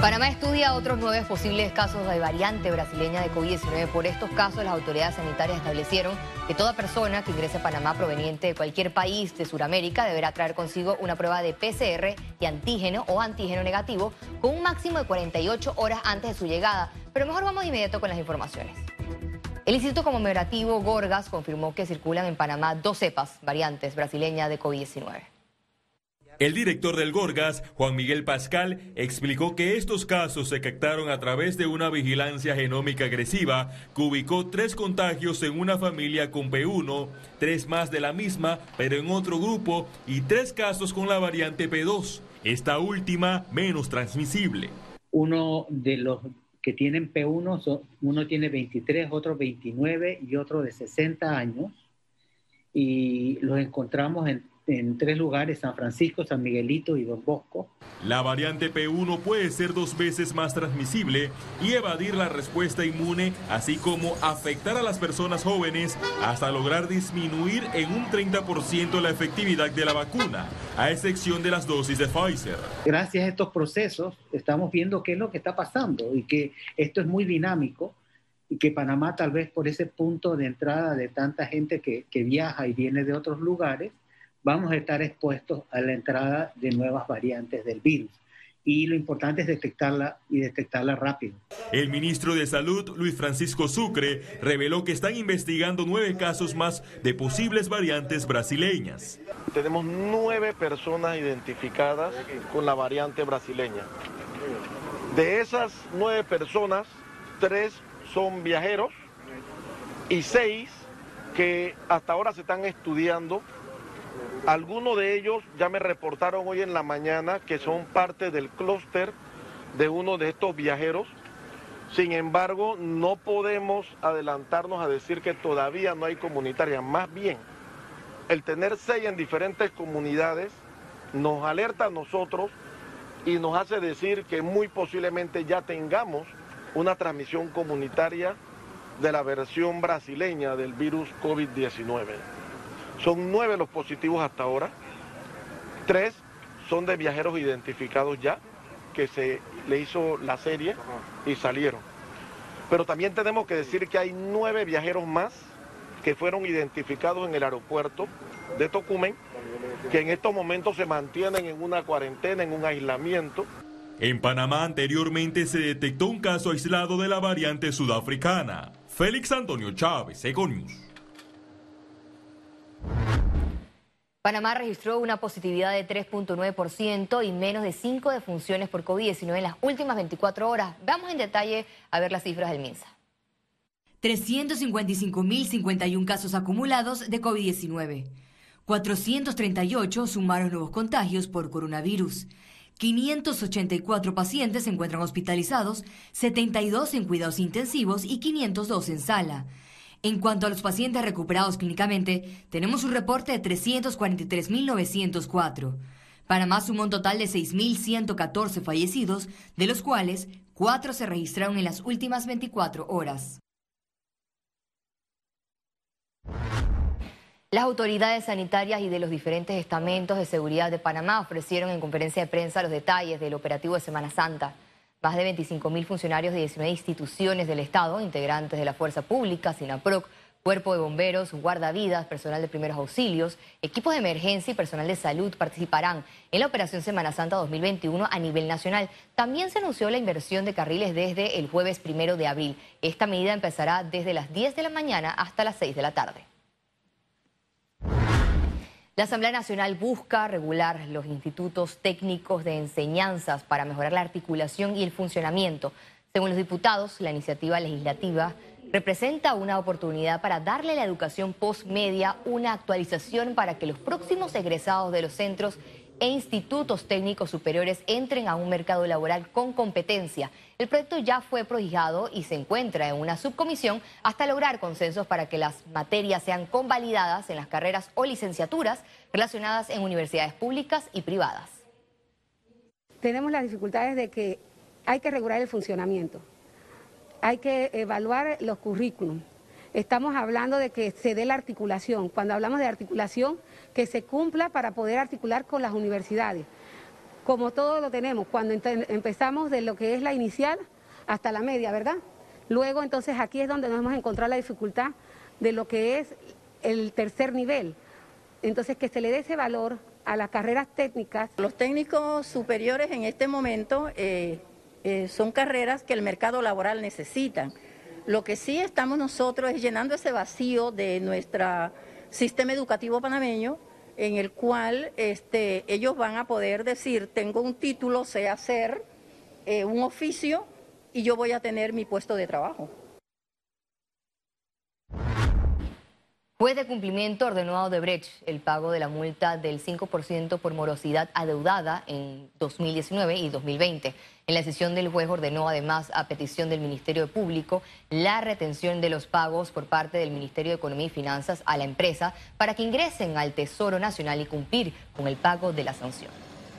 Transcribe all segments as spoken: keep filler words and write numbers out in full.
Panamá estudia otros nueve posibles casos de variante brasileña de COVID diecinueve. Por estos casos, las autoridades sanitarias establecieron que toda persona que ingrese a Panamá proveniente de cualquier país de Sudamérica deberá traer consigo una prueba de P C R de antígeno o antígeno negativo con un máximo de cuarenta y ocho horas antes de su llegada. Pero mejor vamos de inmediato con las informaciones. El Instituto Conmemorativo Gorgas confirmó que circulan en Panamá dos cepas variantes brasileñas de COVID diecinueve. El director del Gorgas, Juan Miguel Pascal, explicó que estos casos se captaron a través de una vigilancia genómica agresiva que ubicó tres contagios en una familia con P uno, tres más de la misma, pero en otro grupo, y tres casos con la variante P dos, esta última menos transmisible. Uno de los que tienen P uno, uno tiene veintitrés, otro veintinueve y otro de sesenta años, y los encontramos en en tres lugares: San Francisco, San Miguelito y Don Bosco. La variante P uno puede ser dos veces más transmisible y evadir la respuesta inmune, así como afectar a las personas jóvenes hasta lograr disminuir en un treinta por ciento la efectividad de la vacuna, a excepción de las dosis de Pfizer. Gracias a estos procesos estamos viendo qué es lo que está pasando y que esto es muy dinámico y que Panamá, tal vez por ese punto de entrada de tanta gente que, que viaja y viene de otros lugares, vamos a estar expuestos a la entrada de nuevas variantes del virus. Y lo importante es detectarla y detectarla rápido. El ministro de Salud, Luis Francisco Sucre, reveló que están investigando nueve casos más de posibles variantes brasileñas. Tenemos nueve personas identificadas con la variante brasileña. De esas nueve personas, tres son viajeros y seis que hasta ahora se están estudiando. Algunos de ellos ya me reportaron hoy en la mañana que son parte del clúster de uno de estos viajeros. Sin embargo, no podemos adelantarnos a decir que todavía no hay comunitaria. Más bien, el tener seis en diferentes comunidades nos alerta a nosotros y nos hace decir que muy posiblemente ya tengamos una transmisión comunitaria de la versión brasileña del virus COVID diecinueve. Son nueve los positivos hasta ahora, tres son de viajeros identificados ya, que se le hizo la serie y salieron. Pero también tenemos que decir que hay nueve viajeros más que fueron identificados en el aeropuerto de Tocumen, que en estos momentos se mantienen en una cuarentena, en un aislamiento. En Panamá anteriormente se detectó un caso aislado de la variante sudafricana. Félix Antonio Chávez, Econius. Panamá registró una positividad de tres punto nueve por ciento y menos de cinco defunciones por COVID diecinueve en las últimas veinticuatro horas. Vamos en detalle a ver las cifras del MINSA. trescientos cincuenta y cinco mil cincuenta y uno casos acumulados de COVID diecinueve. cuatrocientos treinta y ocho sumaron nuevos contagios por coronavirus. quinientos ochenta y cuatro pacientes se encuentran hospitalizados, setenta y dos en cuidados intensivos y quinientos dos en sala. En cuanto a los pacientes recuperados clínicamente, tenemos un reporte de trescientos cuarenta y tres mil novecientos cuatro. Panamá sumó un total de seis mil ciento catorce fallecidos, de los cuales cuatro se registraron en las últimas veinticuatro horas. Las autoridades sanitarias y de los diferentes estamentos de seguridad de Panamá ofrecieron en conferencia de prensa los detalles del operativo de Semana Santa. Más de veinticinco mil funcionarios de diecinueve instituciones del Estado, integrantes de la Fuerza Pública, SINAPROC, Cuerpo de Bomberos, Guardavidas, personal de primeros auxilios, equipos de emergencia y personal de salud participarán en la Operación Semana Santa dos mil veintiuno a nivel nacional. También se anunció la inversión de carriles desde el jueves primero de abril. Esta medida empezará desde las diez de la mañana hasta las seis de la tarde. La Asamblea Nacional busca regular los institutos técnicos de enseñanzas para mejorar la articulación y el funcionamiento. Según los diputados, la iniciativa legislativa representa una oportunidad para darle a la educación postmedia una actualización para que los próximos egresados de los centros e institutos técnicos superiores entren a un mercado laboral con competencia. El proyecto ya fue prohijado y se encuentra en una subcomisión hasta lograr consensos para que las materias sean convalidadas en las carreras o licenciaturas relacionadas en universidades públicas y privadas. Tenemos las dificultades de que hay que regular el funcionamiento, hay que evaluar los currículums. Estamos hablando de que se dé la articulación. Cuando hablamos de articulación, que se cumpla para poder articular con las universidades. como todo lo tenemos, cuando empezamos de lo que es la inicial hasta la media, ¿verdad? Luego, entonces, aquí es donde nos hemos encontrado la dificultad de lo que es el tercer nivel. Entonces, que se le dé ese valor a las carreras técnicas. Los técnicos superiores en este momento eh, eh, son carreras que el mercado laboral necesita. Lo que sí estamos nosotros es llenando ese vacío de nuestro sistema educativo panameño, en el cual este, ellos van a poder decir, tengo un título, sé hacer eh, un oficio y yo voy a tener mi puesto de trabajo. Juez de cumplimiento ordenó a Odebrecht el pago de la multa del cinco por ciento por morosidad adeudada en dos mil diecinueve y dos mil veinte. En la decisión del juez ordenó además, a petición del Ministerio Público, la retención de los pagos por parte del Ministerio de Economía y Finanzas a la empresa para que ingresen al Tesoro Nacional y cumplir con el pago de la sanción.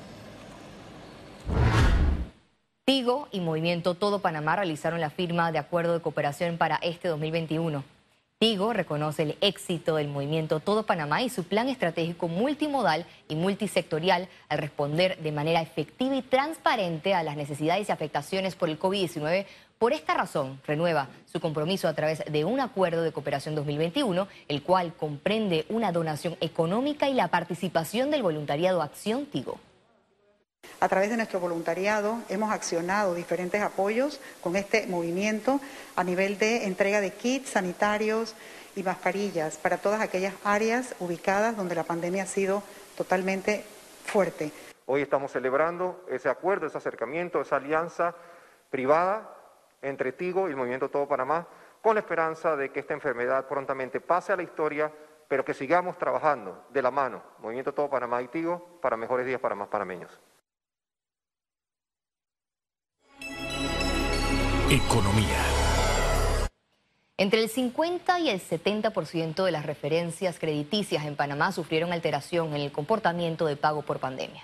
Tigo y Movimiento Todo Panamá realizaron la firma de acuerdo de cooperación para este dos mil veintiuno. Tigo reconoce el éxito del movimiento Todo Panamá y su plan estratégico multimodal y multisectorial al responder de manera efectiva y transparente a las necesidades y afectaciones por el COVID diecinueve. Por esta razón, renueva su compromiso a través de un acuerdo de cooperación dos mil veintiuno, el cual comprende una donación económica y la participación del voluntariado Acción Tigo. A través de nuestro voluntariado hemos accionado diferentes apoyos con este movimiento a nivel de entrega de kits sanitarios y mascarillas para todas aquellas áreas ubicadas donde la pandemia ha sido totalmente fuerte. Hoy estamos celebrando ese acuerdo, ese acercamiento, esa alianza privada entre Tigo y el Movimiento Todo Panamá, con la esperanza de que esta enfermedad prontamente pase a la historia, pero que sigamos trabajando de la mano, Movimiento Todo Panamá y Tigo, para mejores días para más panameños. Economía. Entre el cincuenta y el setenta por ciento de las referencias crediticias en Panamá sufrieron alteración en el comportamiento de pago por pandemia.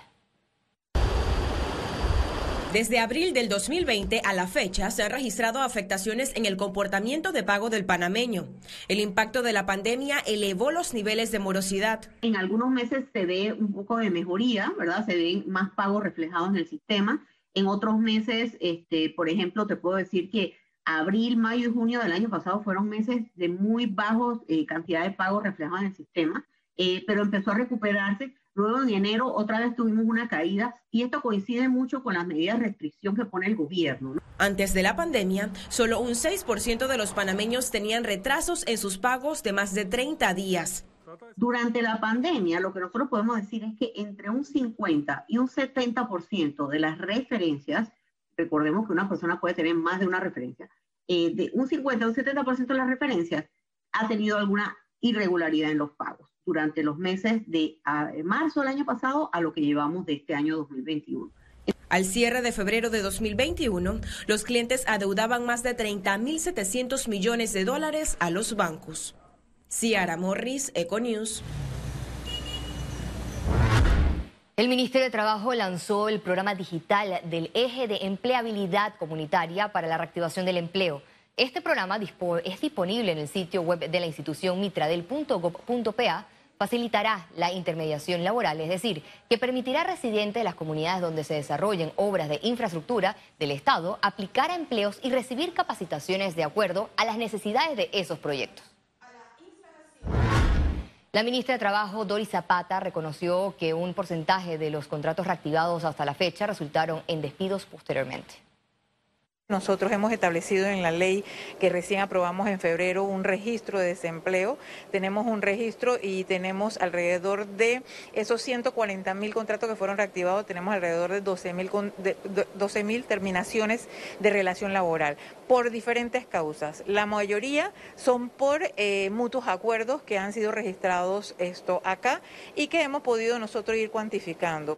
Desde abril del dos mil veinte a la fecha se han registrado afectaciones en el comportamiento de pago del panameño. El impacto de la pandemia elevó los niveles de morosidad. En algunos meses se ve un poco de mejoría, ¿verdad? Se ven más pagos reflejados en el sistema. En otros meses, este, por ejemplo, te puedo decir que abril, mayo y junio del año pasado fueron meses de muy bajos eh, cantidad de pagos reflejados en el sistema, eh, pero empezó a recuperarse. Luego en enero otra vez tuvimos una caída y esto coincide mucho con las medidas de restricción que pone el gobierno, ¿no? Antes de la pandemia, solo un seis por ciento de los panameños tenían retrasos en sus pagos de más de treinta días. Durante la pandemia, lo que nosotros podemos decir es que entre un cincuenta y un setenta por ciento de las referencias, recordemos que una persona puede tener más de una referencia, eh, de un cincuenta a un setenta por ciento de las referencias ha tenido alguna irregularidad en los pagos durante los meses de a, marzo del año pasado a lo que llevamos de este año dos mil veintiuno. Al cierre de febrero de dos mil veintiuno, los clientes adeudaban más de treinta mil setecientos millones de dólares a los bancos. Ciara Morris, Econews. El Ministerio de Trabajo lanzó el programa digital del Eje de Empleabilidad Comunitaria para la reactivación del empleo. Este programa es disponible en el sitio web de la institución mitradel punto gob punto pa. Facilitará la intermediación laboral, es decir, que permitirá a residentes de las comunidades donde se desarrollen obras de infraestructura del Estado aplicar a empleos y recibir capacitaciones de acuerdo a las necesidades de esos proyectos. La ministra de Trabajo, Doris Zapata, reconoció que un porcentaje de los contratos reactivados hasta la fecha resultaron en despidos posteriormente. Nosotros hemos establecido en la ley que recién aprobamos en febrero un registro de desempleo. Tenemos un registro y tenemos alrededor de esos ciento cuarenta mil contratos que fueron reactivados, tenemos alrededor de doce mil terminaciones de relación laboral por diferentes causas. La mayoría son por eh, mutuos acuerdos que han sido registrados esto acá y que hemos podido nosotros ir cuantificando.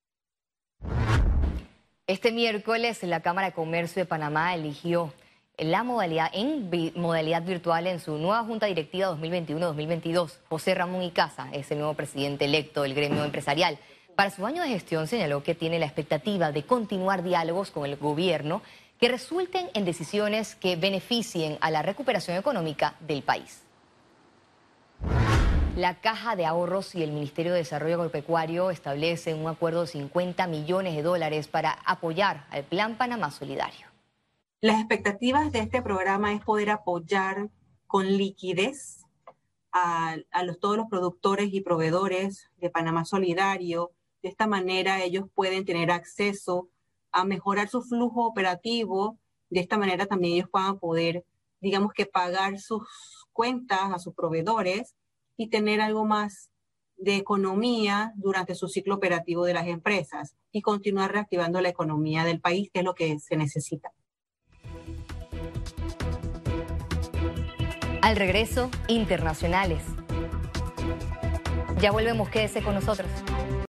Este miércoles la Cámara de Comercio de Panamá eligió la modalidad en vi modalidad virtual en su nueva Junta Directiva dos mil veintiuno dos mil veintidós. José Ramón Icaza es el nuevo presidente electo del gremio empresarial. Para su año de gestión señaló que tiene la expectativa de continuar diálogos con el gobierno que resulten en decisiones que beneficien a la recuperación económica del país. La Caja de Ahorros y el Ministerio de Desarrollo Agropecuario establecen un acuerdo de cincuenta millones de dólares para apoyar al Plan Panamá Solidario. Las expectativas de este programa es poder apoyar con liquidez a, a los, todos los productores y proveedores de Panamá Solidario. De esta manera ellos pueden tener acceso a mejorar su flujo operativo. De esta manera también ellos puedan poder, digamos que pagar sus cuentas a sus proveedores y tener algo más de economía durante su ciclo operativo de las empresas y continuar reactivando la economía del país, que es lo que se necesita. Al regreso, internacionales. Ya volvemos, quédese con nosotros.